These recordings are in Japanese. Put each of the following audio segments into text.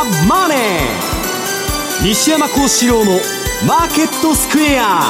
マネー。西山孝四郎のマーケットスクエア。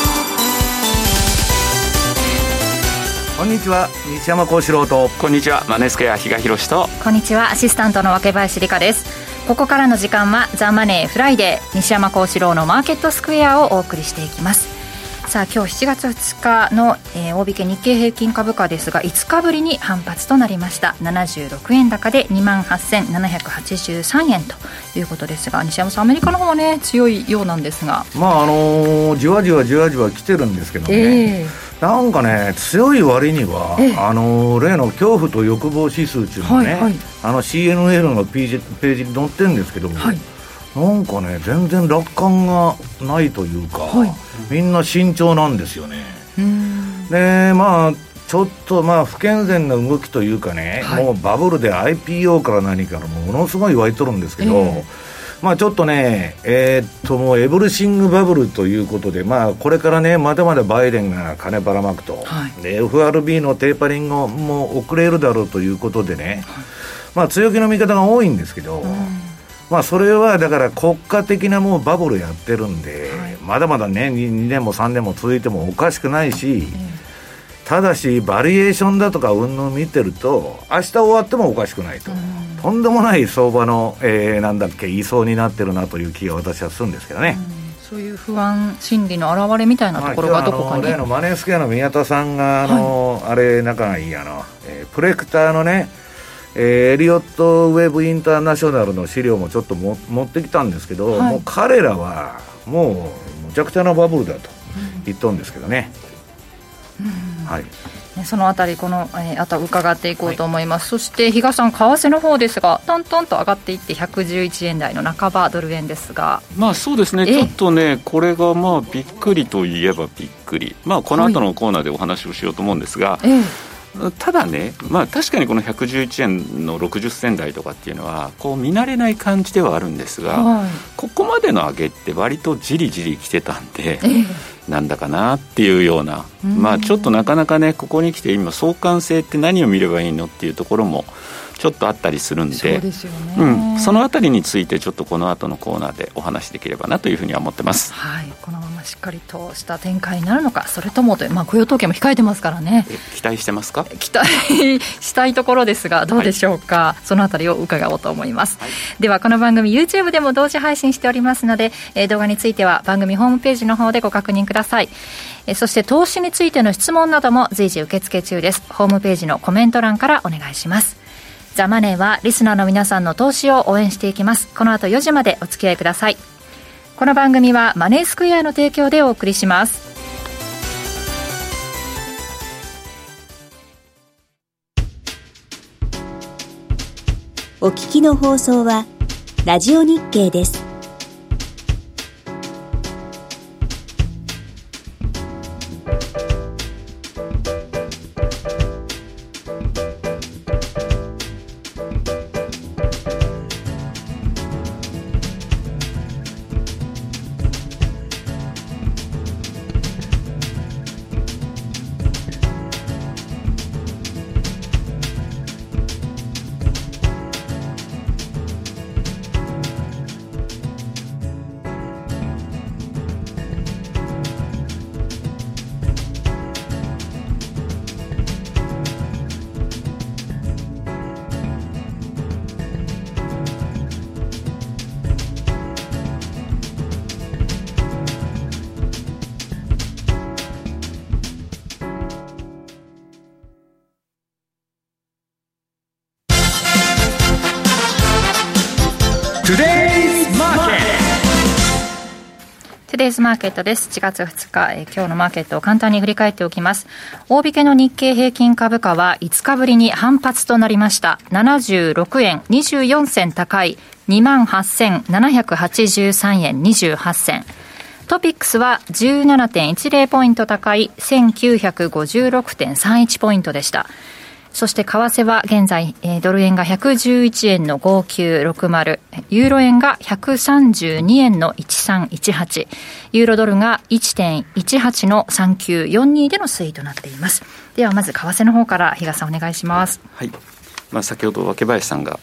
こんにちは、西山孝四郎と。 こんにちは、マネースクエア比嘉宏と。 こんにちは、アシスタントの若林理香です。ここからの時間はザ・マネーフライデー、西山孝四郎のマーケットスクエアをお送りしていきます。さあ、今日7月2日の、大引け日経平均株価ですが、5日ぶりに反発となりました。76円高で 28,783 円ということですが、西山さん、アメリカの方はね強いようなんですが、 じわじわ来てるんですけどね、なんかね、強い割には、例の恐怖と欲望指数っていうのがね、CNN のページに載ってるんですけども、なんかね、全然楽観がないというか、みんな慎重なんですよね。で、ちょっと不健全な動きというかね、もうバブルで IPO から何からものすごい湧いとるんですけど、ちょっとね、もうエブリシングバブルということで、これからね、まだまだバイデンが金ばらまくと、で FRB のテーパリングも遅れるだろうということでね、強気の見方が多いんですけど、それはだから国家的なもうバブルやってるんで、まだまだね、2年も3年も続いてもおかしくないし、ただしバリエーションだとか云々見てると、明日終わってもおかしくないと、とんでもない相場の、位相になってるなという気が私はするんですけどね。 そういう不安心理の表れみたいなところがどこかに、 例のマネースクエアの宮田さんがあれ仲がいいプレクターのね、エリオットウェブインターナショナルの資料もちょっと持ってきたんですけど、もう彼らはもうむちゃくちゃなバブルだと言っとるんですけどね。 そのあたりこの、あと伺っていこうと思います。そして比嘉さん、為替の方ですが、トントンと上がっていって111円台の半ばドル円ですが、 そうですね、ちょっとね、これがびっくりといえばびっくり、この後のコーナーでお話をしようと思うんですが、ただね、確かにこの111円の60銭台とかっていうのはこう見慣れない感じではあるんですが、ここまでの上げって割とじりじり来てたんで、なんだかなっていうような、ちょっとなかなかね、ここに来て今相関性って何を見ればいいのっていうところもちょっとあったりするんで、 そうですよね、 そのあたりについてちょっとこの後のコーナーでお話しできればなというふうには思ってます。 このまましっかりとした展開になるのか、それともという、雇用統計も控えてますからね。 期待してますか？ 期待したいところですが、どうでしょうか。そのあたりを伺おうと思います。では、この番組 YouTube でも同時配信しておりますので、動画については番組ホームページの方でご確認ください。そして投資についての質問なども随時受付中です。ホームページのコメント欄からお願いします。ザ・マネーはリスナーの皆さんの投資を応援していきます。この後4時までお付き合いください。この番組はマネースクエアの提供でお送りします。 お聞きの放送はラジオ日経です。 トゥデイズマーケットです。7月2日、今日のマーケットを簡単に振り返っておきます。大引けの日経平均株価は5日ぶりに反発となりました。76円24銭高い 28,783 円28銭。トピックスは 17.10 ポイント高い 1956.31 ポイントでした。そして為替は現在、ドル円が111円の5960、ユーロ円が132円の1318、ユーロドルが 1.18 の3942での推移となっています。ではまず為替の方から比嘉さんお願いします。 先ほど若林さんが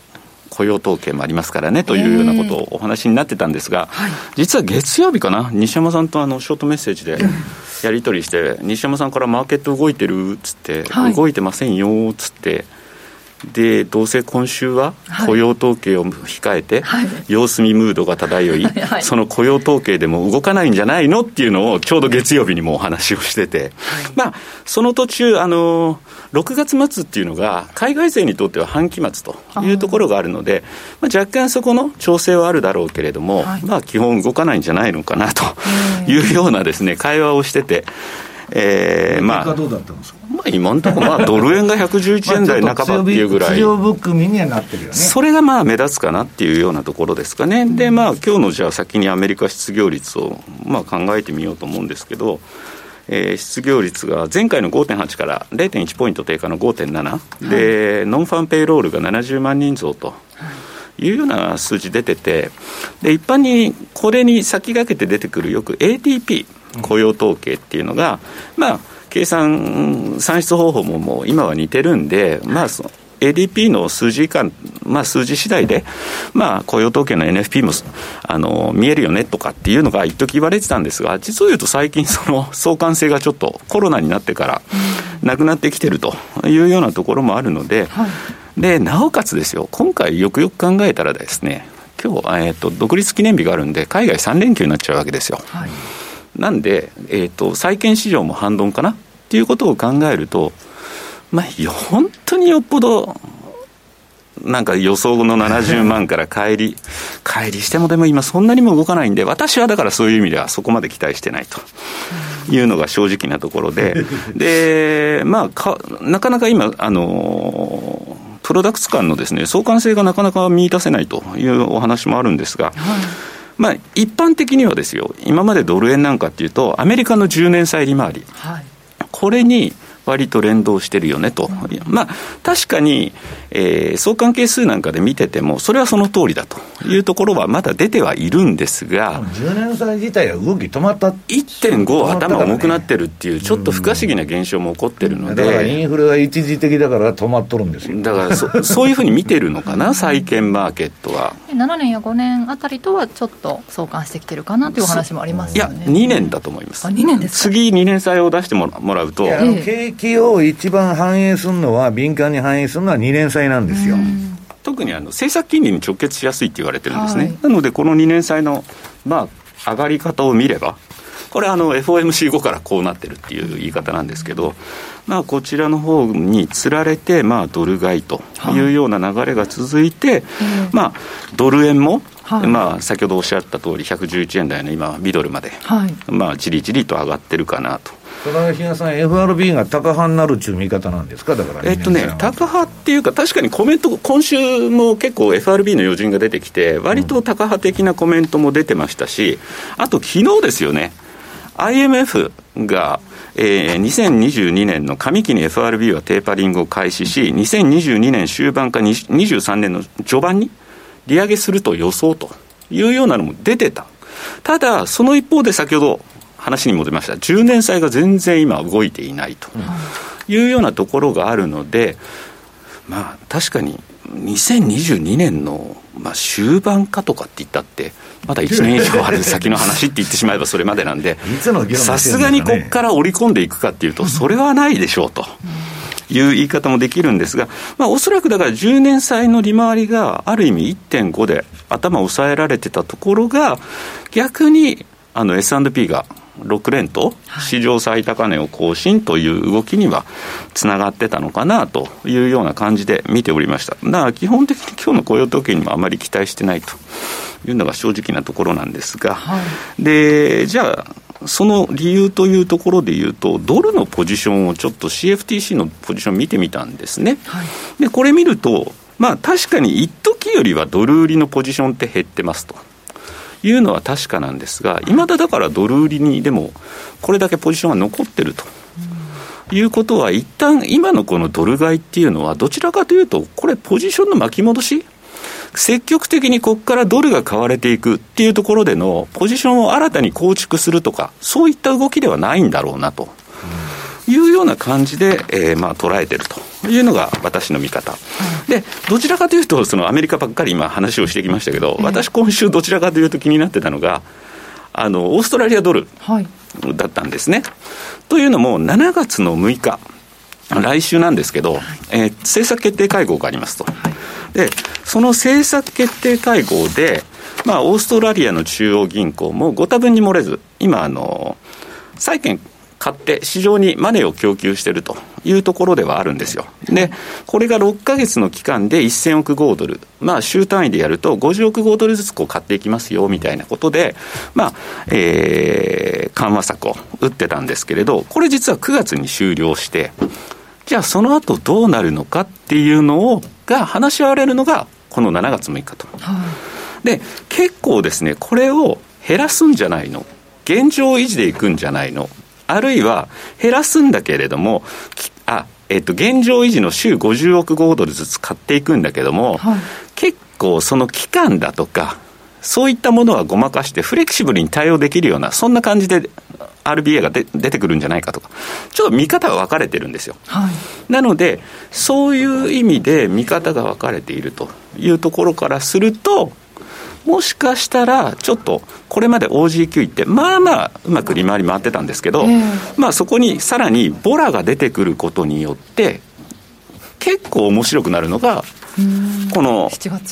雇用統計もありますからねというようなことをお話になってたんですが、実は月曜日かな、西山さんとショートメッセージでやり取りして西山さんからマーケット動いてるっつって、動いてませんよっつって、でどうせ今週は雇用統計を控えて、様子見ムードが漂い、その雇用統計でも動かないんじゃないのっていうのをちょうど月曜日にもお話をしてて、その途中6月末っていうのが海外勢にとっては半期末というところがあるので、若干そこの調整はあるだろうけれども、基本動かないんじゃないのかなというようなですね会話をしてて、 結果どうだったんですか？ 今のところドル円が111円台半ばっていうぐらい強含みにはなってるよね。 それが目立つかなっていうようなところですかね。で今日のじゃあ先にアメリカ失業率を考えてみようと思うんですけど、失業率が前回の 5.8 から 0.1 ポイント低下の 5.7 で、ノンファンペイロールが70万人増というような数字出てて、で一般にこれに先駆けて出てくるよく ADP 雇用統計っていうのが、計算算出方法ももう今は似てるんで、その ADP の数字以下、数字次第で、雇用統計の NFP も見えるよねとかっていうのが一時言われてたんですが、実を言うと最近その相関性がちょっとコロナになってからなくなってきてるというようなところもあるので、でなおかつですよ、今回よくよく考えたらですね、今日、独立記念日があるんで海外3連休になっちゃうわけですよ。なんで、債券市場も反動かなっていうことを考えると、本当によっぽどなんか予想の70万から乖離してもでも今そんなにも動かないんで、私はだからそういう意味ではそこまで期待してないというのが正直なところでで、なかなか今プロダクツ間のですね相関性がなかなか見出せないというお話もあるんですが、一般的にはですよ、今までドル円なんかっていうとアメリカの10年債利回り、これに割と連動してるよねと、確かに、相関係数なんかで見ててもそれはその通りだというところはまだ出てはいるんですが、 10年債自体は動き止まった 1.5 頭重くなってるっていうちょっと不可思議な現象も起こってるので、 だからインフレは一時的だから止まっとるんですよ。 だからそういうふうに見てるのかな債券マーケットは 7年や5年あたりとはちょっと相関してきてるかなというお話もありますよね。 いや2年だと思います。 2年ですか。 次2年債を出してもらうと、 景気を一番反映するのは、敏感に反映するのは2年債なんですよ。 特に政策金利に直結しやすいって言われてるんですね。なのでこの2年債の上がり方を見れば、これFOMC 後からこうなってるっていう言い方なんですけど、こちらの方につられてドル買いというような流れが続いて、ドル円も先ほどおっしゃった通り111円台の今ミドルまで、じりじりと上がってるかなと。 それは比嘉さん FRB が高派になるという見方なんですか。だから高派っていうか、確かにコメント今週も結構 FRB の要人が出てきて割と高派的なコメントも出てましたし、あと昨日ですよね、 IMF が2022年の上期に FRB はテーパリングを開始し、2022年終盤か23年の序盤に利上げすると予想というようなのも出てた。ただその一方で先ほど話に戻りました10年債が全然今動いていないというようなところがあるので、確かに2022年の終盤かとかって言ったってまだ1年以上ある先の話って言ってしまえばそれまでなんで、さすがにここから織り込んでいくかっていうとそれはないでしょうという言い方もできるんですが、おそらくだから10年債の利回りがある意味 1.5 で頭を抑えられてたところが、逆にS&P が6連と史上最高値を更新という動きにはつながってたのかなというような感じで見ておりました。だから基本的に今日の雇用統計にもあまり期待してないというのが正直なところなんですが、でじゃあその理由というところでいうと、ドルのポジションをちょっと CFTC のポジション見てみたんですね。でこれ見ると、確かに一時よりはドル売りのポジションって減ってますというのは確かなんですが、未だだからドル売りにでもこれだけポジションが残ってるということは、一旦今のこのドル買いっていうのはどちらかというとこれポジションの巻き戻し、積極的にここからドルが買われていくっていうところでのポジションを新たに構築するとか、そういった動きではないんだろうなというような感じで、捉えてるというのが私の見方、でどちらかというとそのアメリカばっかり今話をしてきましたけど、私今週どちらかというと気になってたのがオーストラリアドルだったんですね、というのも7月の6日来週なんですけど、政策決定会合がありますと、でその政策決定会合で、オーストラリアの中央銀行もご多分に漏れず今債券買って市場にマネーを供給しているというところではあるんですよ。でこれが6ヶ月の期間で1000億豪ドル、週単位でやると50億豪ドルずつ買っていきますよみたいなことで、緩和策を打ってたんですけれど、これ実は9月に終了して、じゃあその後どうなるのかっていうのが話し合われるのがこの7月6日と、で結構ですねこれを減らすんじゃないの、現状維持でいくんじゃないの、あるいは減らすんだけれども現状維持の週50億豪ドルずつ買っていくんだけども、結構その期間だとかそういったものはごまかしてフレキシブルに対応できるようなそんな感じで RBA が出てくるんじゃないかとか、ちょっと見方が分かれてるんですよ、なのでそういう意味で見方が分かれているというところからすると、もしかしたらちょっとこれまで OG9 ってうまく利回り回ってたんですけど、そこにさらにボラが出てくることによって結構面白くなるのがこの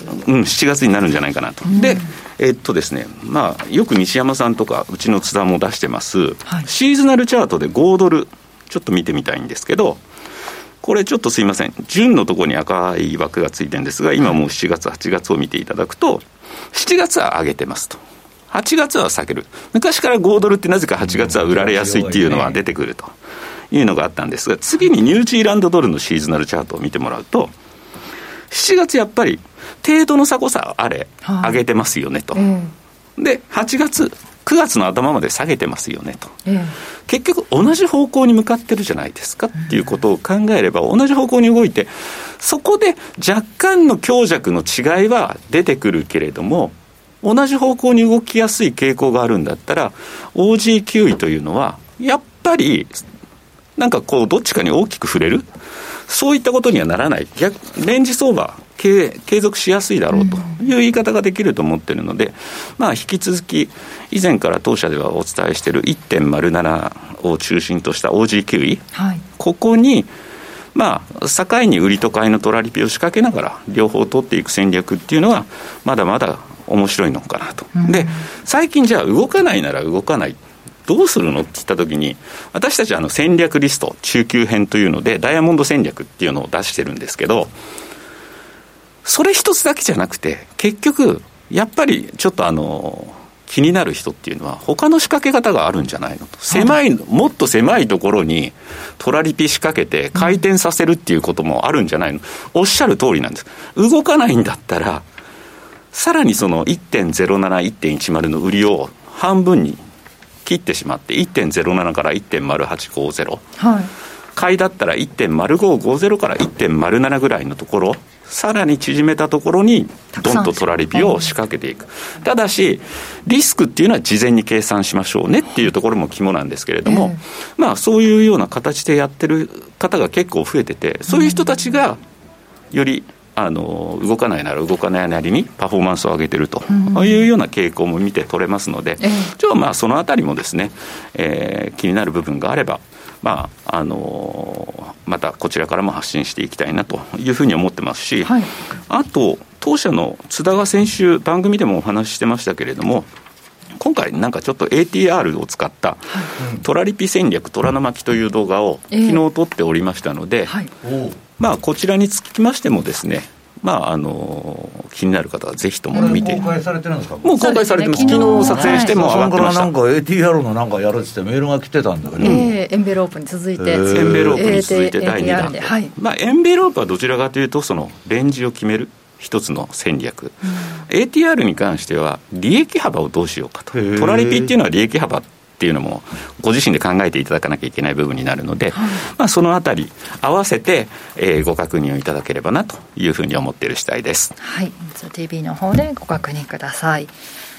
7月になるんじゃないかなと。でですね、よく西山さんとかうちの津田も出してます、シーズナルチャートで5ドルちょっと見てみたいんですけど、これちょっとすいません、純のところに赤い枠がついてるんですが、今もう7月8月を見ていただくと7月は上げてますと、8月は下げる、昔から5ドルってなぜか8月は売られやすいっていうのは出てくるというのがあったんですが、次にニュージーランドドルのシーズナルチャートを見てもらうと、7月やっぱり程度の差誤差あれ上げてますよねと、で8月9月の頭まで下げてますよねと、結局同じ方向に向かってるじゃないですかっていうことを考えれば、同じ方向に動いて、そこで若干の強弱の違いは出てくるけれども、同じ方向に動きやすい傾向があるんだったら OG9 位というのはやっぱりなんかこうどっちかに大きく触れる、そういったことにはならない、レンジ相場継続しやすいだろうという言い方ができると思っているので、引き続き以前から当社ではお伝えしている 1.07 を中心とした OG9 位、ここに境に売りと買いのトラリピを仕掛けながら両方取っていく戦略っていうのはまだまだ面白いのかなと、で最近じゃあ動かないなら動かないどうするのって言ったときに、私たちは戦略リスト中級編というのでダイヤモンド戦略っていうのを出してるんですけど、それ一つだけじゃなくて結局やっぱりちょっと気になる人っていうのは他の仕掛け方があるんじゃないのと、もっと狭いところにトラリピ仕掛けて回転させるっていうこともあるんじゃないの、おっしゃる通りなんです。動かないんだったらさらにその 1.07、1.10 の売りを半分に切ってしまって 1.07 から 1.0850、買いだったら 1.0550 から 1.07 ぐらいのところ、さらに縮めたところにドンとトラリピを仕掛けていく。ただしリスクっていうのは事前に計算しましょうねっていうところも肝なんですけれども、そういうような形でやってる方が結構増えてて、そういう人たちがより動かないなら動かないなりにパフォーマンスを上げているというような傾向も見て取れますので、そのあたりもですね、気になる部分があればまたこちらからも発信していきたいなというふうに思ってますし、あと当社の津田が先週番組でもお話ししてましたけれども、今回なんかちょっと ATR を使ったトラリピ戦略虎の巻という動画を昨日撮っておりましたので、こちらにつきましてもですね、気になる方はぜひとも見て。 公開されてるんですか？ もう公開されてます。昨日撮影しても上がってました。 なんか ATR のなんかやるってメールが来てたんだけど、 エンベロープに続いて、 エンベロープに続いて第2弾で、エンベロープはどちらかというとそのレンジを決める一つの戦略、ATR に関しては利益幅をどうしようかと。トラリピっていうのは利益幅っていうのもご自身で考えていただかなきゃいけない部分になるので、そのあたり合わせて、ご確認をいただければなというふうに思っている次第です。 はい、TV の方でご確認ください。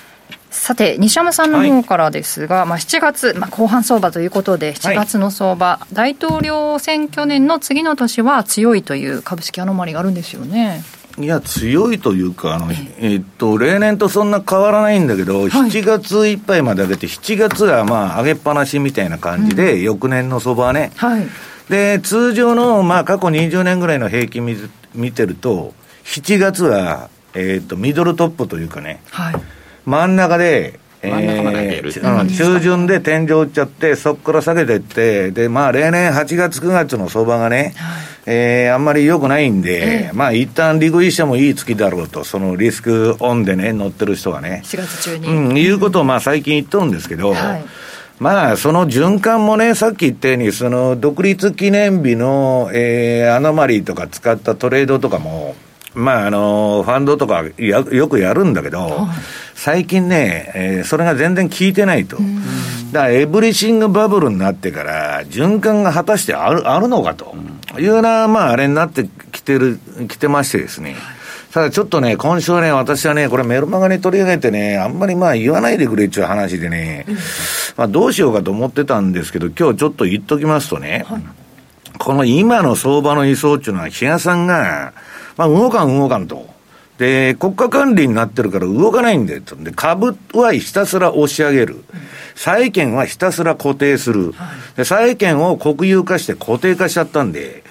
さて西山さんの方からですが、7月、後半相場ということで7月の相場、大統領選挙年の次の年は強いという株式アノマリがあるんですよね。 いや強いというか例年とそんな変わらないんだけど、7月いっぱいまで上げて7月は上げっぱなしみたいな感じで、翌年の相場はね、で通常の過去20年ぐらいの平均見てると7月は、ミドルトップというかね、真ん中で中旬で天井打っちゃってそこから下げていってで、例年8月9月の相場がね、あんまり良くないんで、一旦利食いしてもいい月だろうと、そのリスクオンでね乗ってる人がね 4月中に、 いうことを最近言っとるんですけど、その循環もね、さっき言ったようにその独立記念日の、アノマリーとか使ったトレードとかもファンドとかよくやるんだけど、最近ね、それが全然効いてないと。だからエブリシングバブルになってから循環が果たしてあるのかというようなあれになってきてましてですね。ただちょっとね、今週はね、私はね、これメルマガに取り上げてね、あんまり言わないでくれっていう話でね、どうしようかと思ってたんですけど、今日ちょっと言っときますとね、この今の相場の位相っていうのは、比嘉さんが、動かんと。で、国家管理になってるから動かないんだよと。で、株はひたすら押し上げる。債券はひたすら固定する。で、債券を国有化して固定化しちゃったんで、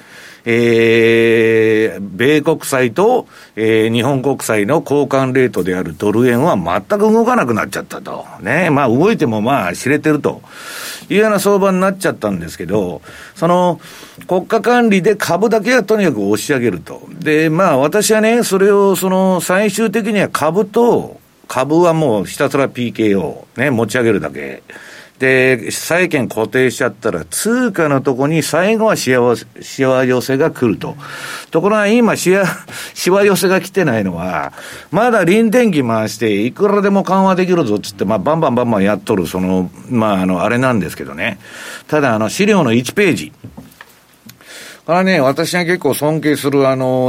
米国債と、日本国債の交換レートであるドル円は全く動かなくなっちゃったと。ね。動いても知れてるというような相場になっちゃったんですけど、その国家管理で株だけはとにかく押し上げると。で、私はね、それを最終的には株はもうひたすら PKO ね、持ち上げるだけ。で、債券固定しちゃったら、通貨のとこに最後はしわ寄せが来ると。ところが今、しわ寄せが来てないのは、まだ臨転機回して、いくらでも緩和できるぞっつって、バンバンやっとる、あれなんですけどね。ただ、資料の1ページ。これはね、私が結構尊敬する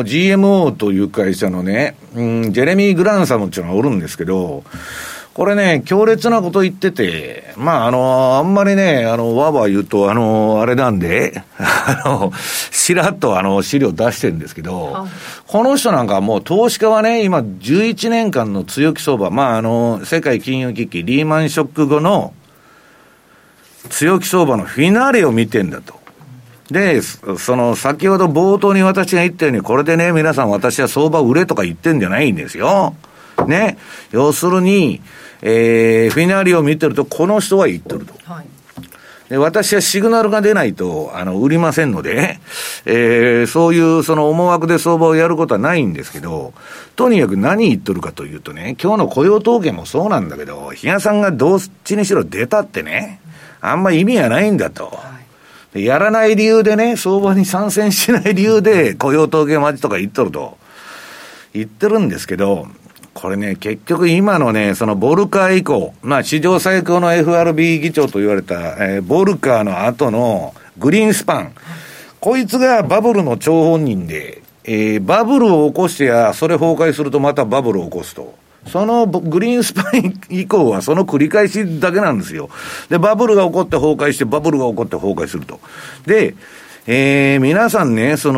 GMO という会社のね、ジェレミー・グランサムっていうのがおるんですけど、これね、強烈なこと言ってて、あんまりね、わー言うと、あれなんで、しらっと資料出してるんですけど、この人なんかもう投資家はね、今11年間の強気相場、世界金融危機、リーマンショック後の強気相場のフィナーレを見てんだと。で、先ほど冒頭に私が言ったように、これでね、皆さん私は相場売れとか言ってんじゃないんですよ。ね。要するに、フィナーレを見てると、この人は言ってると。で、私はシグナルが出ないと、売りませんので、そういう思惑で相場をやることはないんですけど、とにかく何言ってるかというとね、今日の雇用統計もそうなんだけど、比嘉さんがどっちにしろ出たってね、あんま意味はないんだと。やらない理由でね、相場に参戦しない理由で雇用統計待ちとか言っとると言ってるんですけど、これね、結局今のね、ボルカー以降、史上最高の FRB 議長と言われた、ボルカーの後のグリーンスパン。こいつがバブルの張本人で、バブルを起こしてや、それ崩壊するとまたバブルを起こすと。そのグリーンスパン以降はその繰り返しだけなんですよ。で、バブルが起こって崩壊して、バブルが起こって崩壊すると。で、皆さんね、こ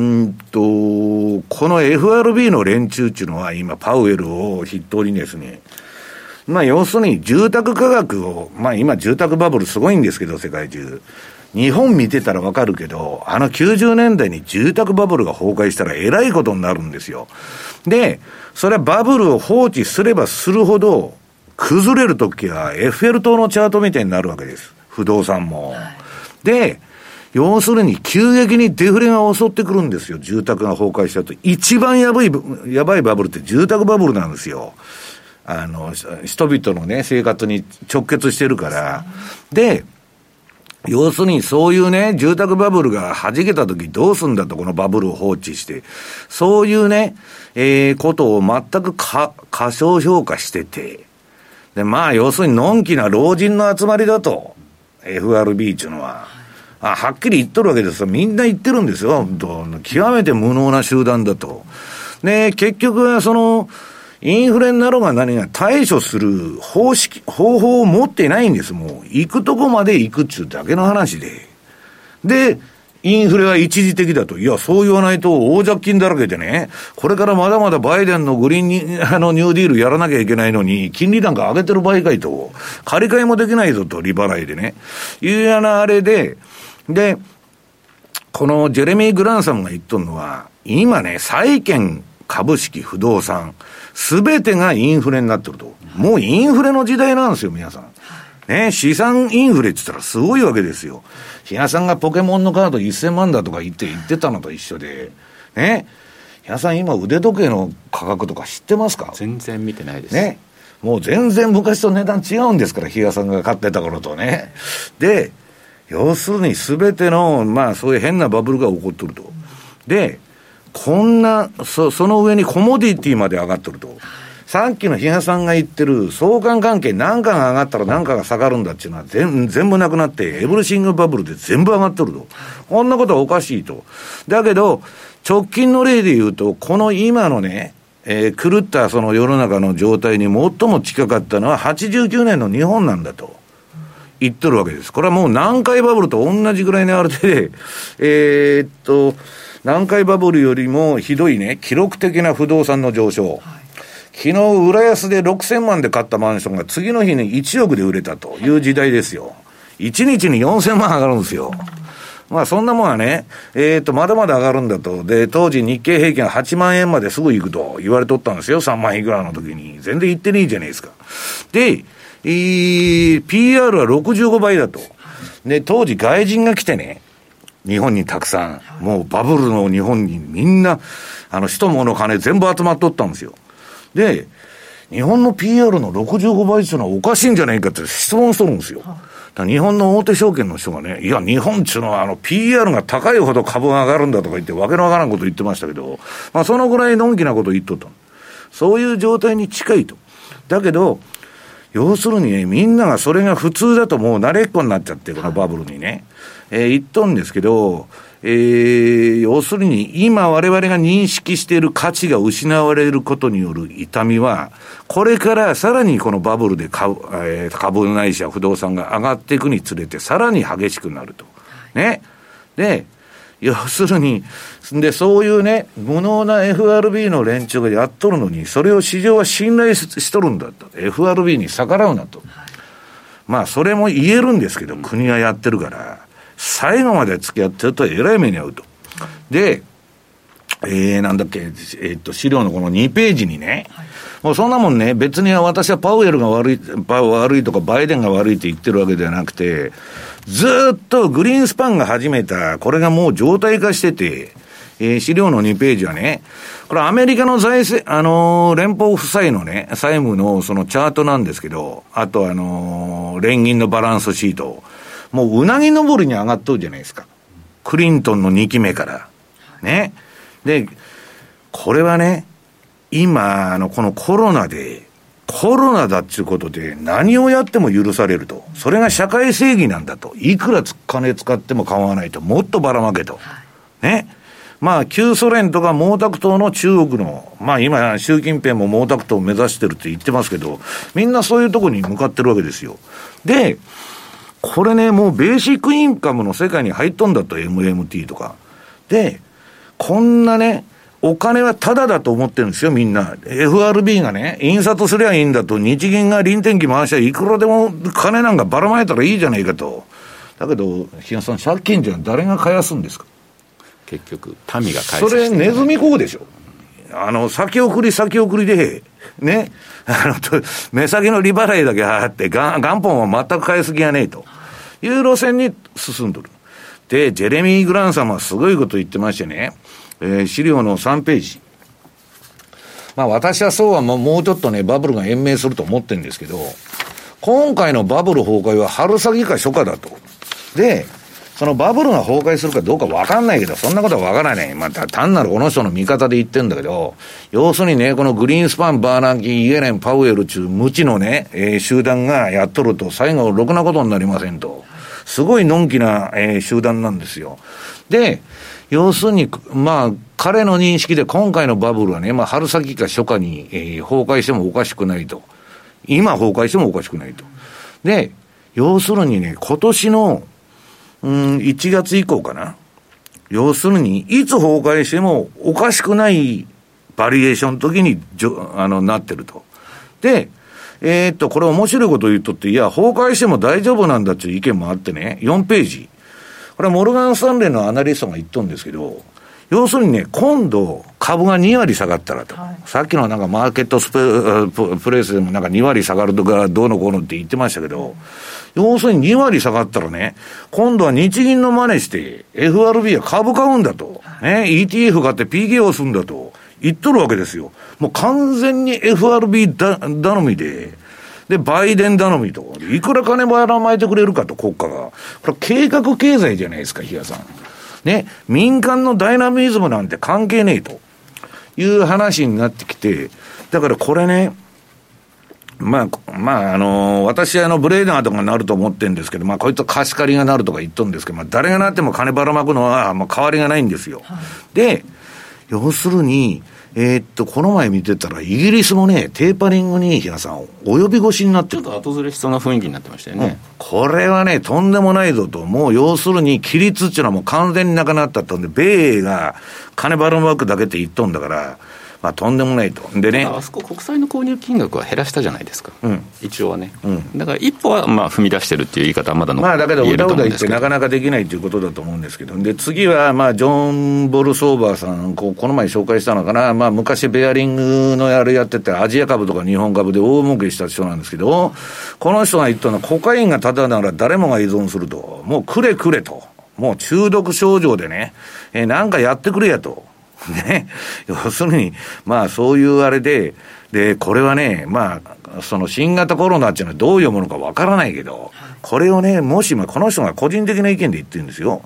の FRB の連中っていうのは今パウエルを筆頭にですね、要するに住宅価格を、今住宅バブルすごいんですけど、世界中。日本見てたらわかるけど、90年代に住宅バブルが崩壊したらえらいことになるんですよ。で、それはバブルを放置すればするほど、崩れるときはエッフェル塔のチャートみたいになるわけです。不動産も。で、要するに急激にデフレが襲ってくるんですよ。住宅が崩壊したと。一番やばいバブルって住宅バブルなんですよ。人々のね、生活に直結してるから。で、要するにそういうね、住宅バブルが弾けた時どうすんだと、このバブルを放置して。そういうね、ことを全く過小評価してて。で、要するにのんきな老人の集まりだと。FRB っていうのは。はっきり言っとるわけですよ。みんな言ってるんですよ。極めて無能な集団だと。で、結局はインフレになろうが何が対処する方法を持っていないんです。もう、行くとこまで行くっちゅうだけの話で。で、インフレは一時的だと。いや、そう言わないと大借金だらけでね、これからまだまだバイデンのグリーンに、ニューディールやらなきゃいけないのに、金利なんか上げてる場合かいと、借り換えもできないぞと、利払いでね。いうようなあれで、このジェレミー・グランサムが言っとるのは、今ね、債券、株式、不動産、すべてがインフレになってると。もうインフレの時代なんですよ、皆さん。ね、資産インフレって言ったらすごいわけですよ。比嘉さんがポケモンのカード1000万だとか言ってたのと一緒で、ね。比嘉さん今腕時計の価格とか知ってますか？ 全然見てないです。 ね。もう全然昔と値段違うんですから、比嘉さんが買ってた頃とね。で、要するに全ての、まあそういう変なバブルが起こってると。で、こんな、その上にコモディティまで上がってると。さっきの比嘉さんが言ってる相関関係、何かが上がったら何かが下がるんだっていうのは全部なくなって、エブリシングバブルで全部上がってると。こんなことはおかしいと。だけど、直近の例で言うと、この今のね、狂ったその世の中の状態に最も近かったのは89年の日本なんだと言ってるわけです。これはもう南海バブルと同じぐらいのあれで、南海バブルよりもひどいね、記録的な不動産の上昇。昨日、浦安で6000万で買ったマンションが次の日に1億で売れたという時代ですよ。1日に4000万上がるんですよ。まあそんなもんはね、まだまだ上がるんだと。で、当時日経平均8万円まですぐ行くと言われとったんですよ。3万いくらの時に。全然行ってねえじゃないですか。で、PR は65倍だと。で、当時外人が来てね、日本にたくさん、もうバブルの日本にみんな、人物金全部集まっとったんですよ。で、日本の PR の65倍っていうのはおかしいんじゃないかって質問しとるんですよ。だから日本の大手証券の人がね、いや、日本っていうのはPR が高いほど株が上がるんだとか言って、わけのわからんこと言ってましたけど、まあそのぐらいのんきなこと言っとった。そういう状態に近いと。だけど、要するにね、みんながそれが普通だともう慣れっこになっちゃって、このバブルにね。言っとんですけど、要するに今我々が認識している価値が失われることによる痛みは、これからさらにこのバブルで株ないしは不動産が上がっていくにつれてさらに激しくなると。ね。で、要するに、で、そういうね、無能な FRB の連中がやっとるのに、それを市場は信頼しとるんだと。FRB に逆らうなと。まあ、それも言えるんですけど、国がやってるから、最後まで付き合ってるとえらい目に遭うと。で、なんだっけ、資料のこの2ページにね、もうそんなもんね、別に私はパウエルが悪いとかバイデンが悪いって言ってるわけではなくて、ずーっとグリーンスパンが始めた、これがもう常態化してて、資料の2ページはね、これアメリカの財政、連邦負債のね、債務のそのチャートなんですけど、あと連銀のバランスシート、もううなぎ登りに上がっとるじゃないですか。クリントンの2期目から。ね。で、これはね、今、このコロナだっていうことで何をやっても許されると。それが社会正義なんだと。いくら金使っても構わないと。もっとばらまけと。ね。まあ、旧ソ連とか毛沢東の中国の、まあ今、習近平も毛沢東を目指してるって言ってますけど、みんなそういうところに向かってるわけですよ。で、これね、もうベーシックインカムの世界に入っとんだと、MMT とか。で、こんなね、お金はタダだと思ってるんですよ、みんな。FRB がね、印刷すりゃいいんだと、日銀が臨転機回しゃいくらでも金なんかばらまいたらいいじゃないかと。だけど、比嘉さん、借金じゃ誰が返すんですか？ 結局、民が返す。 それ、ネズミ講でしょ。先送りで、ね、目先の利払いだけあって、元本は全く返す気がねえという路線に進んどる。で、ジェレミー・グランさんはすごいこと言ってましてね、資料の3ページ。まあ私はそうはもうちょっとね、バブルが延命すると思ってるんですけど、今回のバブル崩壊は春先か初夏だと。で、そのバブルが崩壊するかどうか分かんないけど、そんなことは分からないね。まあ、単なるこの人の見方で言ってんだけど、要するにね、このグリーンスパン、バーナンキー、イエレン、パウエルっていう無知のね、集団がやっとると、最後ろくなことになりませんと。 すごいのんきな、集団なんですよ。で、要するに、まあ、彼の認識で今回のバブルはね、まあ、春先か初夏に、崩壊してもおかしくないと。今崩壊してもおかしくないと。で、要するにね、今年の、1月以降かな。要するに、いつ崩壊してもおかしくないバリエーションの時になってると。で、これ面白いことを言っとって、いや、崩壊しても大丈夫なんだっていう意見もあってね、4ページ。これはモルガン・スタンレーのアナリストが言っとるんですけど、要するにね、今度株が2割下がったらと。はい、さっきのなんかマーケットプレイスでもなんか2割下がるとかどうのこうのって言ってましたけど、要するに2割下がったらね、今度は日銀の真似して FRB は株買うんだと。ね、ETF 買って PK するんだと言っとるわけですよ。もう完全に FRB 頼みで、バイデン頼みと。いくら金ばらまいてくれるかと、国家が。これ計画経済じゃないですか、比嘉さん。ね、民間のダイナミズムなんて関係ねえという話になってきて、だからこれね、私ブレーダーとかになると思ってるんですけど、こいつは貸し借りがなるとか言っとるんですけど、誰がなっても金ばらまくのは、変わりがないんですよ。はい、で、要するに、この前見てたら、イギリスもね、テーパリングに、比嘉さん、及び腰になってる。 ちょっと後ずれしそうな雰囲気になってましたよね。 これはね、とんでもないぞと。もう要するに、規律っていうのはもう完全になくなったとんで、米英が金ばらまくだけって言っとんだから、とんでもないと。でね。 あそこ国債の購入金額は減らしたじゃないですか。一応はね。だから一歩は踏み出してるっていう言い方はまだだけど、うだうだ言ってなかなかできないということだと思うんですけど。で、次は、ジョン・ボルソーバーさん、この前紹介したのかな。昔ベアリングのやってて、アジア株とか日本株で大儲けした人なんですけど、この人が言ったのは、コカインがただなら誰もが依存すると。もうくれくれと。もう中毒症状でね、なんかやってくれやと。ね。要するに、そういうあれで、これはね、その新型コロナっていうのはどういうものかわからないけど、これをね、もしこの人が個人的な意見で言ってるんですよ。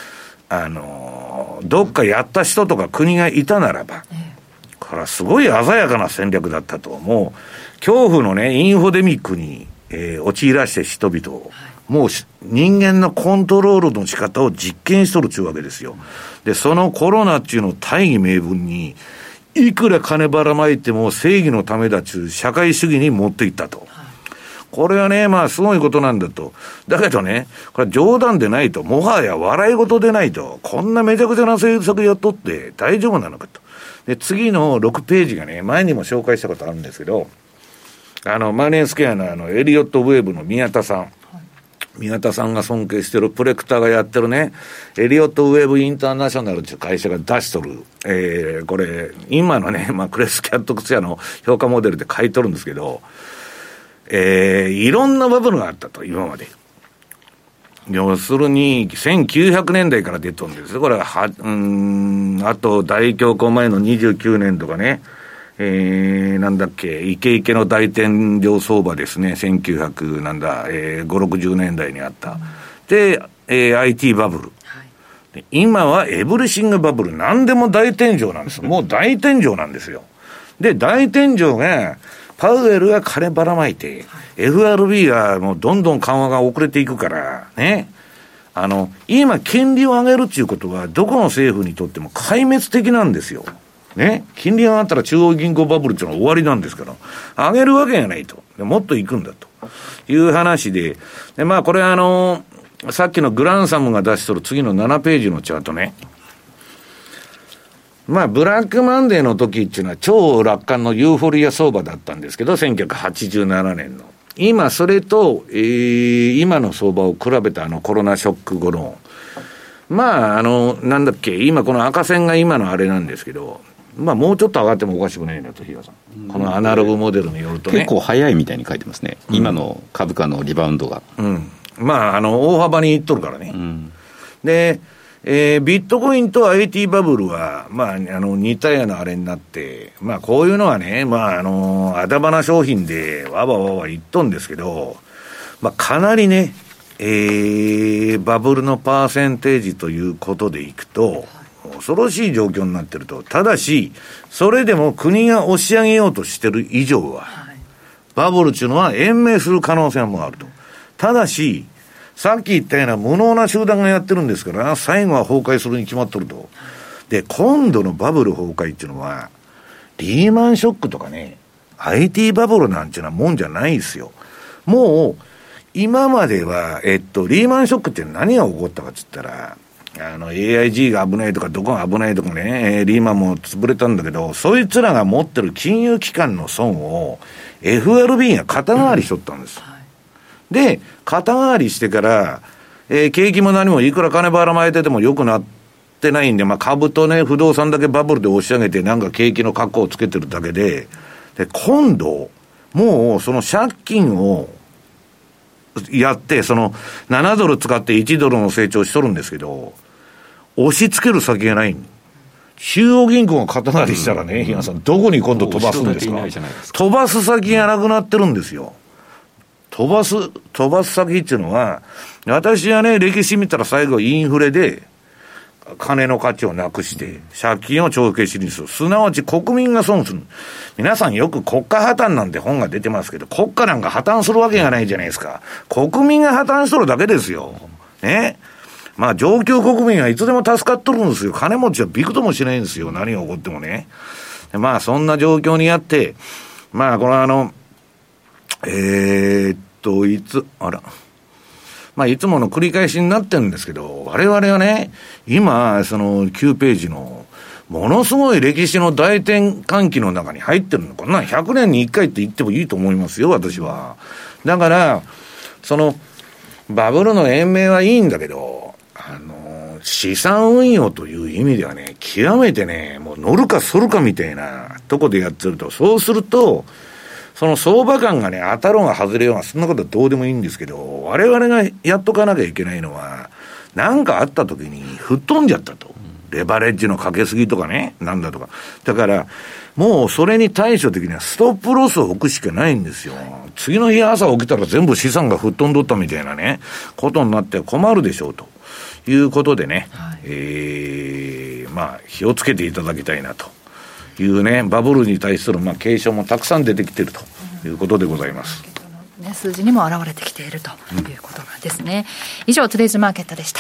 どっかやった人とか国がいたならば、これはすごい鮮やかな戦略だったと。もう、恐怖のね、インフォデミックに、陥らして人々を、もう人間のコントロールの仕方を実験しとるっちゅうわけですよ。で、そのコロナっていうのを大義名分に、いくら金ばらまいても正義のためだっちゅう社会主義に持っていったと。これはね、すごいことなんだと。だけどね、これは冗談でないと。もはや笑い事でないと。こんなめちゃくちゃな政策やっとって大丈夫なのかと。で、次の6ページがね、前にも紹介したことあるんですけど、マネースケアのエリオットウェーブの宮田さん。宮田さんが尊敬してるプレクターがやってるね、エリオットウェーブインターナショナルっていう会社が出しとる、これ、今のね、クレスキャットクスヤの評価モデルで書いとるんですけど、いろんなバブルがあったと、今まで。要するに、1900年代から出とるんですよ。これは、あと、大恐慌前の29年とかね、なんだっけ、イケイケの大天井相場ですね、1900なんだ、5、60年代にあった。で、IT バブル。で今はエブリシングバブル、何でも大天井なんです。もう大天井なんですよ。で、大天井が、パウエルが金ばらまいて、FRB がもうどんどん緩和が遅れていくから、ね。今、金利を上げるっていうことは、どこの政府にとっても壊滅的なんですよ。ね。金利が上がったら中央銀行バブルっていうのは終わりなんですから、上げるわけがないと。でもっと行くんだという話で、で、これさっきのグランサムが出しとる次の7ページのチャートね。ブラックマンデーの時っていうのは超楽観のユーフォリア相場だったんですけど、1987年の。今、それと、今の相場を比べたコロナショック後の、なんだっけ、今この赤線が今のあれなんですけど、もうちょっと上がってもおかしくないなと、比嘉さん。このアナログモデルによるとね。 結構早いみたいに書いてますね。今の株価のリバウンドが。 大幅にいっとるからね。で、ビットコインと IT バブルは、似たようなあれになって、こういうのはね、あだばな商品でわばわば言っとんですけど、かなりね、バブルのパーセンテージということでいくと、恐ろしい状況になってると。ただし、それでも国が押し上げようとしてる以上は、バブルっていうのは延命する可能性もあると。ただし、 さっき言ったような無能な集団がやってるんですから、最後は崩壊するに決まっとると。で、今度のバブル崩壊っていうのは、リーマンショックとかね、IT バブルなんていうのはもんじゃないですよ。もう、今までは、リーマンショックって何が起こったかって言ったら、AIG が危ないとか、どこが危ないとかね、リーマンも潰れたんだけど、そいつらが持ってる金融機関の損を FRB が肩代わりしとったんです。で、肩代わりしてから、景気も何もいくら金ばらまいてても良くなってないんで、まあ株とね、不動産だけバブルで押し上げて、なんか景気の格好をつけてるだけで、で、今度、もうその借金をやって、その7ドル使って1ドルの成長しとるんですけど、押し付ける先がない。中央銀行が肩代わりしたらね、比嘉さん、どこに今度飛ばすんですか。飛ばす先がなくなってるんですよ。飛ばす先っていうのは、私はね、歴史見たら最後インフレで、金の価値をなくして、借金を帳消しにする。すなわち国民が損する。皆さんよく国家破綻なんて本が出てますけど、国家なんか破綻するわけがないじゃないですか。国民が破綻しとるだけですよ。ね。まあ上級国民はいつでも助かっとるんですよ。金持ちはびくともしないんですよ。何が起こってもね。まあそんな状況にあって、まあこのまあ、いつもの繰り返しになってるんですけど、我々はね、今、その9ページの、ものすごい歴史の大転換期の中に入ってるのかな。100年に1回って言ってもいいと思いますよ、私は。だから、その、バブルの延命はいいんだけど、資産運用という意味ではね、極めてね、もう乗るか反るかみたいなとこでやってると、そうすると、その相場感がね、当たろうが外れようが、そんなことはどうでもいいんですけど、我々がやっとかなきゃいけないのは、なんかあった時に吹っ飛んじゃったと。レバレッジのかけすぎとかね、なんだとか。だから、もうそれに対処的にはストップロスを置くしかないんですよ。次の日朝起きたら全部資産が吹っ飛んどったみたいなね、ことになって困るでしょうということでね、まあ、気をつけていただきたいなと。いうね、バブルに対するまあ警鐘もたくさん出てきているということでございます。 ね、数字にも表れてきているということなんですね。以上、トゥデイズマーケットでした。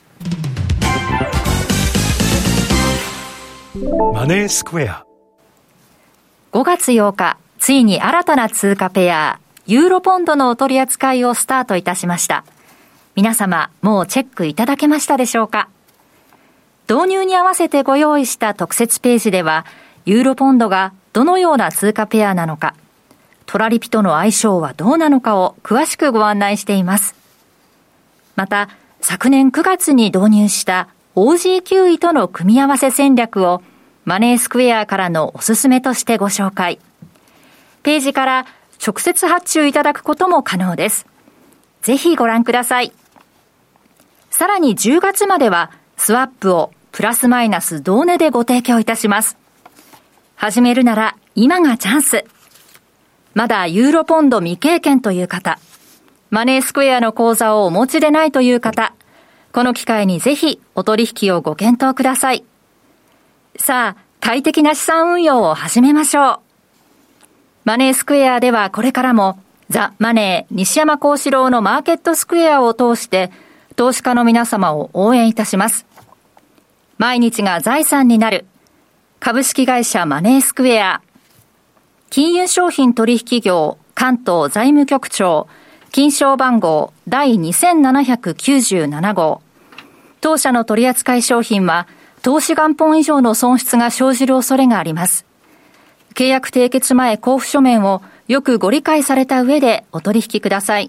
マネースクエア。 5月8日、ついに新たな通貨ペア、ユーロポンドのお取り扱いをスタートいたしました。皆様、もうチェックいただけましたでしょうか。導入に合わせてご用意した特設ページでは、ユーロポンドがどのような通貨ペアなのか、トラリピとの相性はどうなのかを詳しくご案内しています。また、昨年9月に導入した OG9 との組み合わせ戦略をマネースクエアからのおすすめとしてご紹介。ページから直接発注いただくことも可能です。ぜひご覧ください。さらに10月まではスワップをプラスマイナス同値でご提供いたします。始めるなら今がチャンス。まだユーロポンド未経験という方、マネースクエアの口座をお持ちでないという方、この機会にぜひお取引をご検討ください。さあ、快適な資産運用を始めましょう。マネースクエアではこれからもザ・マネー西山幸四郎のマーケットスクエアを通して投資家の皆様を応援いたします。毎日が財産になる株式会社マネースクエア、金融商品取引業関東財務局長、金商番号第2797号。当社の取扱い商品は投資元本以上の損失が生じる恐れがあります。契約締結前交付書面をよくご理解された上でお取引ください。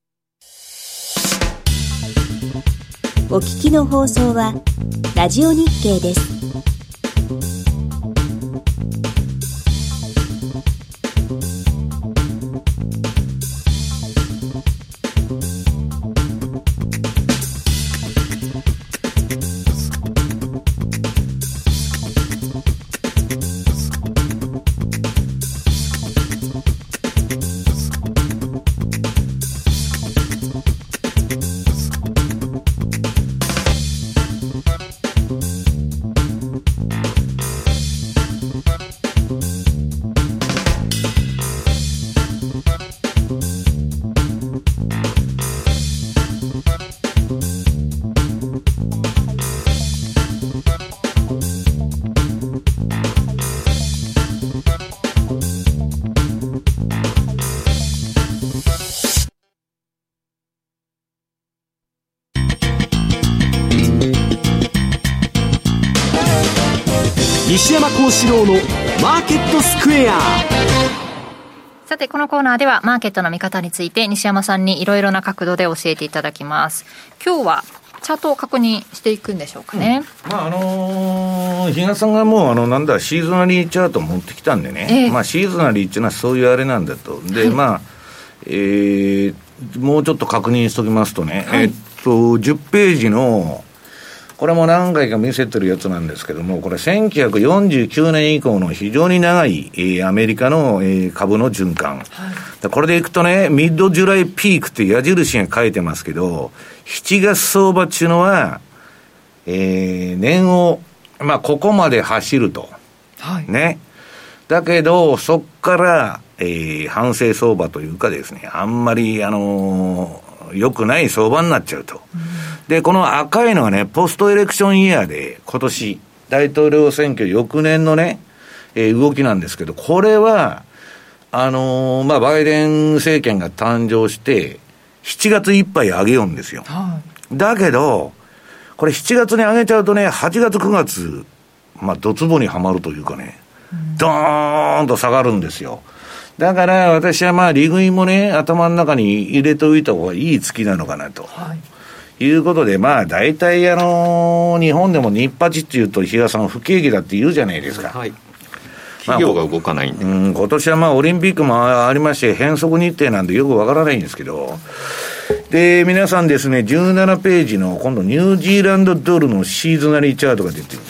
お聞きの放送はラジオ日経です。 西山幸四郎のマーケットスクエア。 さてこのコーナーではマーケットの見方について西山さんにいろいろな角度で教えていただきます。今日はチャートを確認していくんでしょうかね。 比嘉さんがもうシーズナリーチャート持ってきたんでね、シーズナリーっていうのはそういうあれなんだと。で、もうちょっと確認しておきますとね、10ページのこれも何回か見せてるやつなんですけども、これ1949年以降の非常に長い、アメリカの、株の循環、これでいくとね、ミッドジュライピークって矢印が書いてますけど、7月相場っていうのは、年をここまで走ると、ね。だけどそっから反省相場というかですね、あんまり良くない相場になっちゃうと。で、この赤いのがね、ポストエレクションイヤーで、今年、大統領選挙翌年のね、動きなんですけど、これは、バイデン政権が誕生して、7月いっぱい上げようんですよ。だけど、これ7月に上げちゃうとね、8月9月、ドツボにはまるというかね、ドーンと下がるんですよ。だから私は利食いもね、頭の中に入れておいた方がいい月なのかなと。いうことで、大体日本でも日八っていうと、比嘉さん不景気だって言うじゃないですか。 企業が動かないんで。 今年はオリンピックもありまして、変則日程なんでよくわからないんですけど、で、皆さんですね、17ページの、今度ニュージーランドドルのシーズナリーチャートが出てるんです。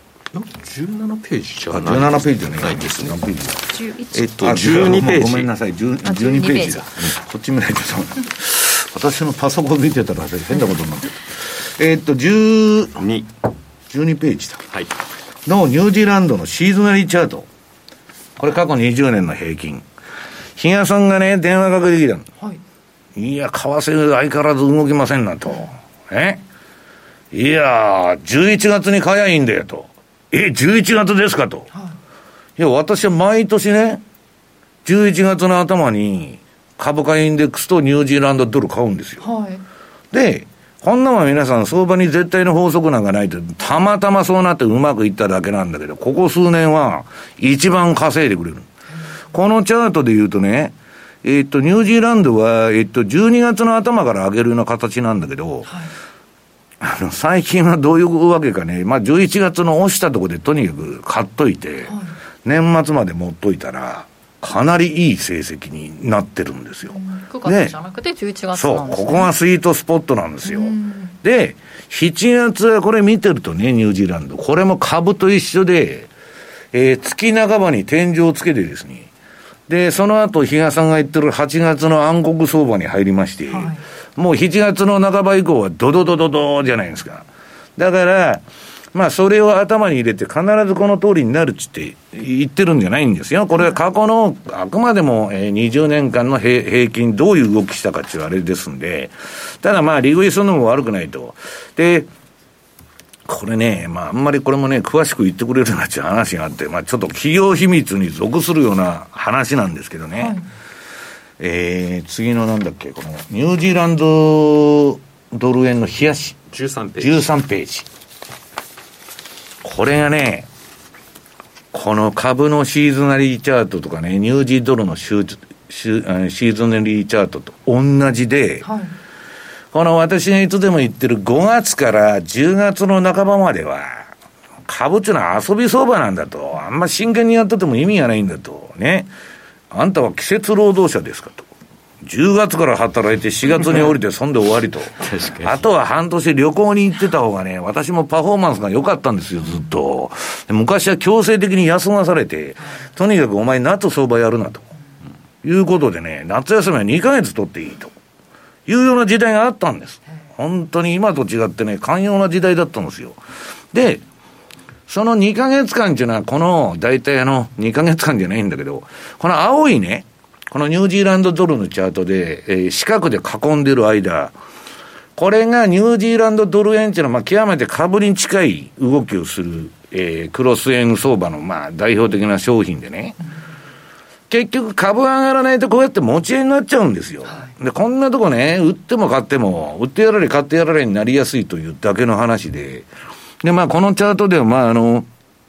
17ページじゃない 17ページじゃないですね。 何ページだ12ページ。 ごめんなさい、12ページだ。こっち見ないと私のパソコン見てたら変なことになってる。12ページだ。のニュージーランドのシーズナリーチャート。これ過去20年の平均。比嘉さんがね、電話かけてきたの。いや、為替相変わらず動きませんなと。いや、11月に買えばいいんだよと。11月ですかと。いや、私は毎年ね、11月の頭に株価インデックスとニュージーランドドル買うんですよ。で、こんなもん皆さん相場に絶対の法則なんかないと、たまたまそうなってうまくいっただけなんだけど、ここ数年は一番稼いでくれる。このチャートで言うとね、ニュージーランドは、12月の頭から上げるような形なんだけど、最近はどういうわけかね、11月の押したところでとにかく買っといて、年末まで持っといたら、かなりいい成績になってるんですよ。 9月じゃなくて11月なんですね。 そう、ここがスイートスポットなんですよ。で、7月はこれ見てるとね、ニュージーランド。これも株と一緒で、月半ばに天井をつけてですね、で、その後、比嘉さんが言ってる8月の暗黒相場に入りまして、もう7月の半ば以降はドドドドドじゃないですか。だから、それを頭に入れて必ずこの通りになるって言ってるんじゃないんですよ。これは過去のあくまでも20年間の平均どういう動きしたかっていうあれですんで、ただ利食いするのも悪くないと。で、これね、あんまりこれもね、詳しく言ってくれるなっていう話があって、ちょっと企業秘密に属するような話なんですけどね。次のこのニュージーランドドル円の冷やし。 13ページ。 13ページ。これがね、この株のシーズナリーチャートとかね、ニュージードルのシーズナリーチャートと同じで、この私がいつでも言ってる5月から10月の半ばまでは、株っていうのは遊び相場なんだと。あんま真剣にやってても意味がないんだと。ね。あんたは季節労働者ですかと。10月から働いて4月に降りてそんで終わりと。あとは半年旅行に行ってた方がね、私もパフォーマンスが良かったんですよ、ずっと。昔は強制的に休まされて、とにかくお前夏相場やるなと。いうことでね、夏休みは2ヶ月取っていいと。いうような時代があったんです。本当に今と違ってね、寛容な時代だったんですよ。で、その2ヶ月間っていうのは、この、大体2ヶ月間じゃないんだけど、この青いね、このニュージーランドドルのチャートで、四角で囲んでる間、これがニュージーランドドル円っていうのは、極めて株に近い動きをする、クロス円相場の、代表的な商品でね、結局株上がらないとこうやって持ち円になっちゃうんですよ。で、こんなとこね、売っても買っても、売ってやられ買ってやられになりやすいというだけの話で、で、このチャートでは、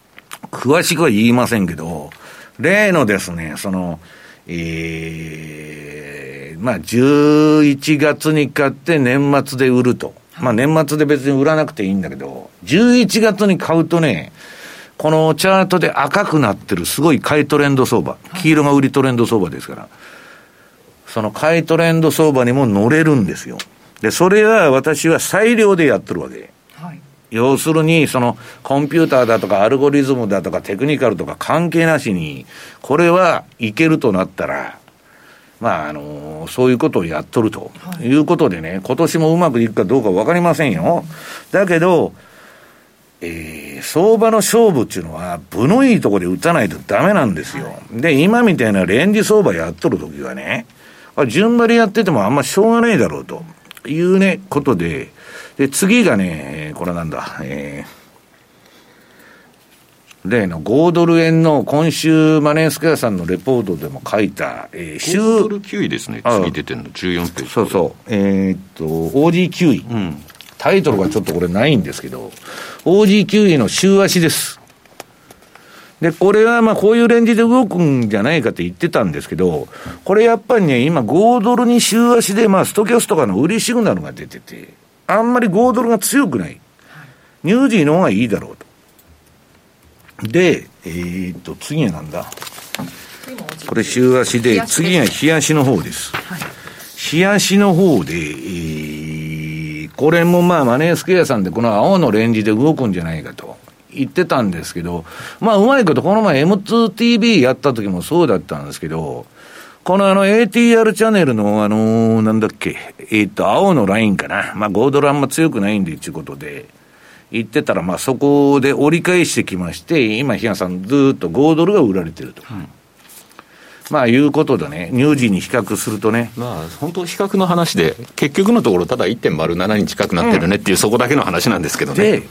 詳しくは言いませんけど、例のですね、11月に買って年末で売ると。年末で別に売らなくていいんだけど、11月に買うとね、このチャートで赤くなってるすごい買いトレンド相場、黄色が売りトレンド相場ですから、その買いトレンド相場にも乗れるんですよ。で、それは私は裁量でやってるわけ。要するに、コンピューターだとかアルゴリズムだとかテクニカルとか関係なしに、これはいけるとなったら、そういうことをやっとるということでね、今年もうまくいくかどうかわかりませんよ。だけど、相場の勝負っていうのは、分のいいところで打たないとダメなんですよ。で、今みたいなレンジ相場やっとるときはね、順張りやっててもあんましょうがないだろうというね、ことで、で、次がね、これなんだ、例の5ドル円の今週マネースクエアさんのレポートでも書いた、 5ドル9位ですね。次出てるの14ページ。 そうそう。OG9 位、タイトルがちょっとこれないんですけど、OG9 位の週足です。で、これはこういうレンジで動くんじゃないかって言ってたんですけど、これやっぱりね、今5ドルに週足でストキャスとかの売りシグナルが出てて、あんまり5ドルが強くない。ニュージーの方がいいだろうと。で、次はなんだ。これ週足で、次は日足の方です。日足の方で、これもマネースクエアさんでこの青のレンジで動くんじゃないかと言ってたんですけど、うまいことこの前 M2TV やった時もそうだったんですけど、このATR チャンネルのなんだっけ、青のラインかな。5ドルあんま強くないんで、ということで、言ってたら、そこで折り返してきまして、今、日嘉さんずっと5ドルが売られてると。いうことでね、ニュージーに比較するとね。 本当比較の話で、結局のところただ 1.07 に近くなってるねっていう、そこだけの話なんですけどね。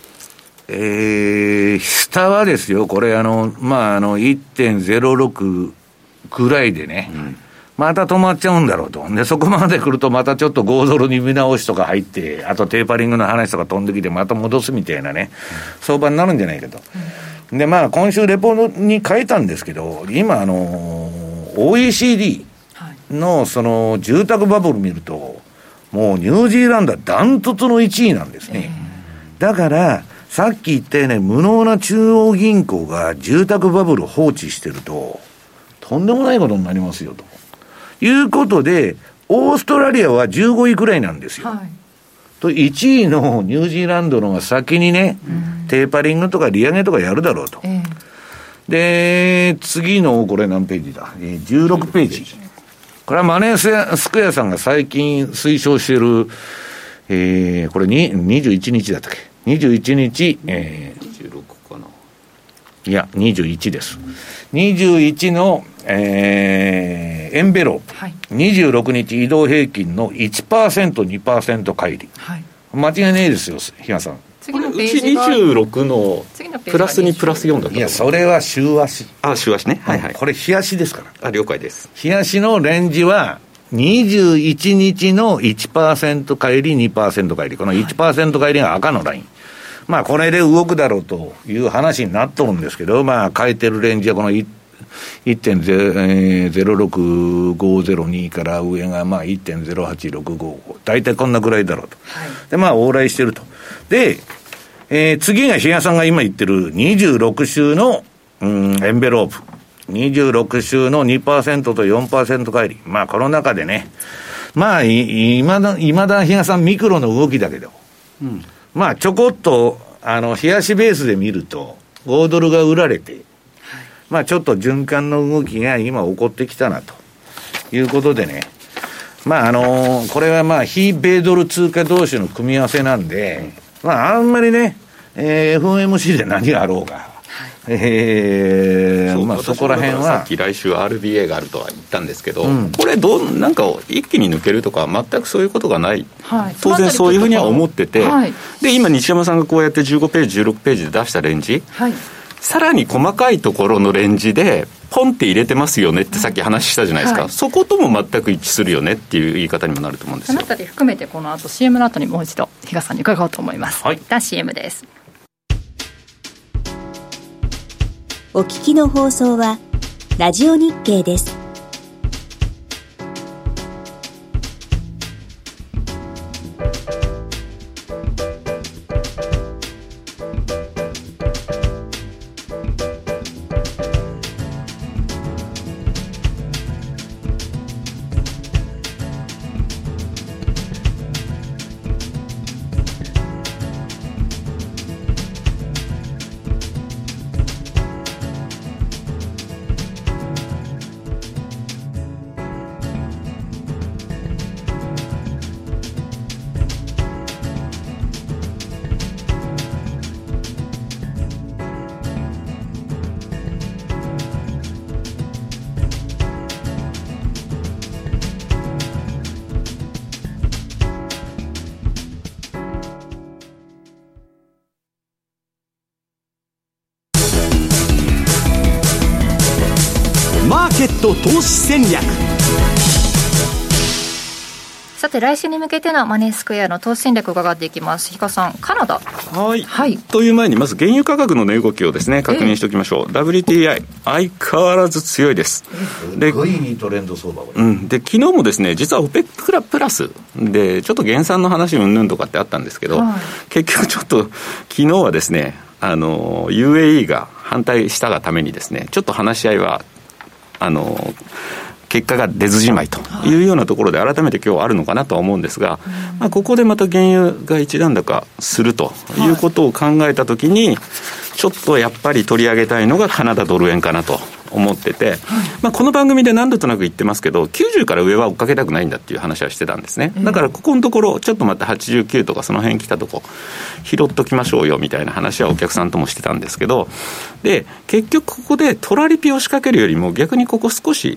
で、下はですよ、これ1.06 ぐらいでね、また止まっちゃうんだろうと。で、そこまで来るとまたちょっと5ドルに見直しとか入って、あとテーパリングの話とか飛んできてまた戻すみたいなね、相場になるんじゃないかと。で、今週レポートに書いたんですけど、今OECD の住宅バブル見ると、もうニュージーランドはダントツの1位なんですね。だから、さっき言ったように無能な中央銀行が住宅バブルを放置してると、とんでもないことになりますよということで、オーストラリアは15位くらいなんですよ。と1位のニュージーランドの方が先にね、テーパリングとか利上げとかやるだろうと。で、次のこれ何ページだ、16ページ。これはマネースクエアさんが最近推奨している、これに21日だったっけ、21日、 16かな。 いや、21です。21の、エンベロープ。26日移動平均の 1%、2% 乖離。間違いないですよ、日嘉さん。 次のページが26のプラス2プラス4だった。 いや、それは週足。 週足ね。 これ日足ですから。 了解です。 日足のレンジは、21日の 1% 乖離、2% 乖離。この 1% 乖離が赤のライン。これで動くだろうという話になっとるんですけど、変えてるレンジはこの 1.06502 から上が1.08655。大体こんなくらいだろうと。で、往来してると。で、次が日嘉さんが今言ってる26週の、エンベロープ。26週の 2% と 4% 乖離。この中でね、いまだ日嘉さんミクロの動きだけど、ちょこっと、日足ベースで見ると、5ドルが売られて、ちょっと循環の動きが今起こってきたな、ということでね。これは非米ドル通貨同士の組み合わせなんで、あんまりね、FOMC で何があろうが、そこら辺はさっき来週 RBA があるとは言ったんですけど、これなんか一気に抜けるとか全くそういうことがない、当然そういうふうには思ってて、で今西山さんがこうやって15ページ16ページで出したレンジ、さらに細かいところのレンジでポンって入れてますよねってさっき話したじゃないですか、そことも全く一致するよねっていう言い方にもなると思うんですよ。 そのあたり含めてこの後 CM の後にもう一度比嘉さんに伺おうと思います。一旦 CM です。 お聞きの放送はラジオ日経です。 マーケット投資戦略。 さて来週に向けてのマネースクエアの投資戦略を伺っていきます。比嘉さん、カナダ、 はい、という前にまず原油価格の値動きをですね確認しておきましょう。WTI 相変わらず強いです。 すごいいいトレンド相場、 で昨日もですね実は OPEC プラスでちょっと減産の話うんぬんとかってあったんですけど、結局ちょっと昨日はですねUAE が反対したがためにですねちょっと話し合いは結果が出ずじまいというようなところで改めて今日あるのかなとは思うんですが、ここでまた原油が一段高するということを考えたときに、ちょっとやっぱり取り上げたいのがカナダドル円かなと思ってて、この番組で何度となく言ってますけど90から上は追っかけたくないんだっていう話はしてたんですね。だからここのところちょっとまた89とかその辺来たとこ拾っときましょうよみたいな話はお客さんともしてたんですけど、で結局ここでトラリピを仕掛けるよりも逆にここ少し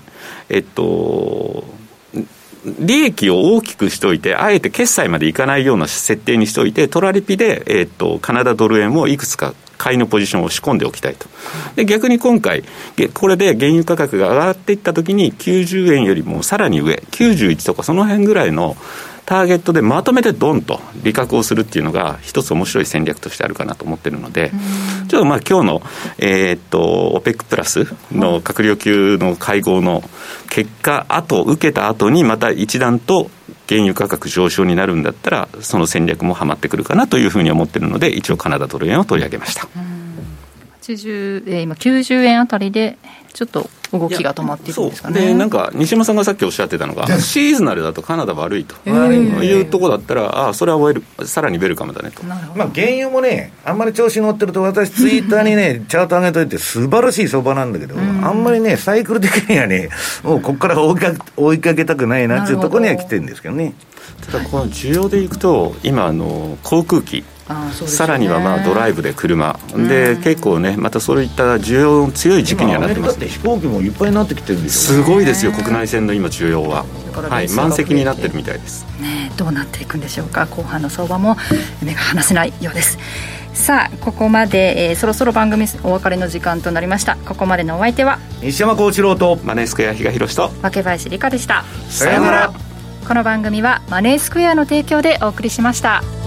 利益を大きくしといてあえて決済までいかないような設定にしといてトラリピで、カナダドル円をいくつか買いのポジションを仕込んでおきたいと。で逆に今回これで原油価格が上がっていったときに90円よりもさらに上91とかその辺ぐらいのターゲットでまとめてドンと利確をするっていうのが一つ面白い戦略としてあるかなと思ってるので、ちょっと今日のOPEC プラスの閣僚級の会合の結果受けた後にまた一段と原油価格上昇になるんだったらその戦略もはまってくるかなというふうに思っているので一応カナダドル円を取り上げました。 今90円あたりでちょっと動きが止まっているんですかね。 でなんか西山さんがさっきおっしゃってたのがシーズナルだとカナダ悪いというところだったらそれはさらにウェルカムだねと。 原油もねあんまり調子に乗ってると私ツイッターにねチャート上げといて素晴らしい相場なんだけど、あんまりねサイクル的にはねもうここから追いかけたくないなっていうところには来てるんですけどね。 ただこの需要でいくと今航空機さらにはドライブで車で結構ねまたそういった需要の強い時期にはなってます。 飛行機もいっぱいになってきてるんですよ。 すごいですよ国内線の今需要は、満席になってるみたいです、 どうなっていくんでしょうか。後半の相場も目が離せないようです。さあここまで、そろそろ番組お別れの時間となりました。ここまでのお相手は西山幸四郎とマネースクエア比嘉宏と若林理香でした。 さよなら。 この番組はマネースクエアの提供でお送りしました。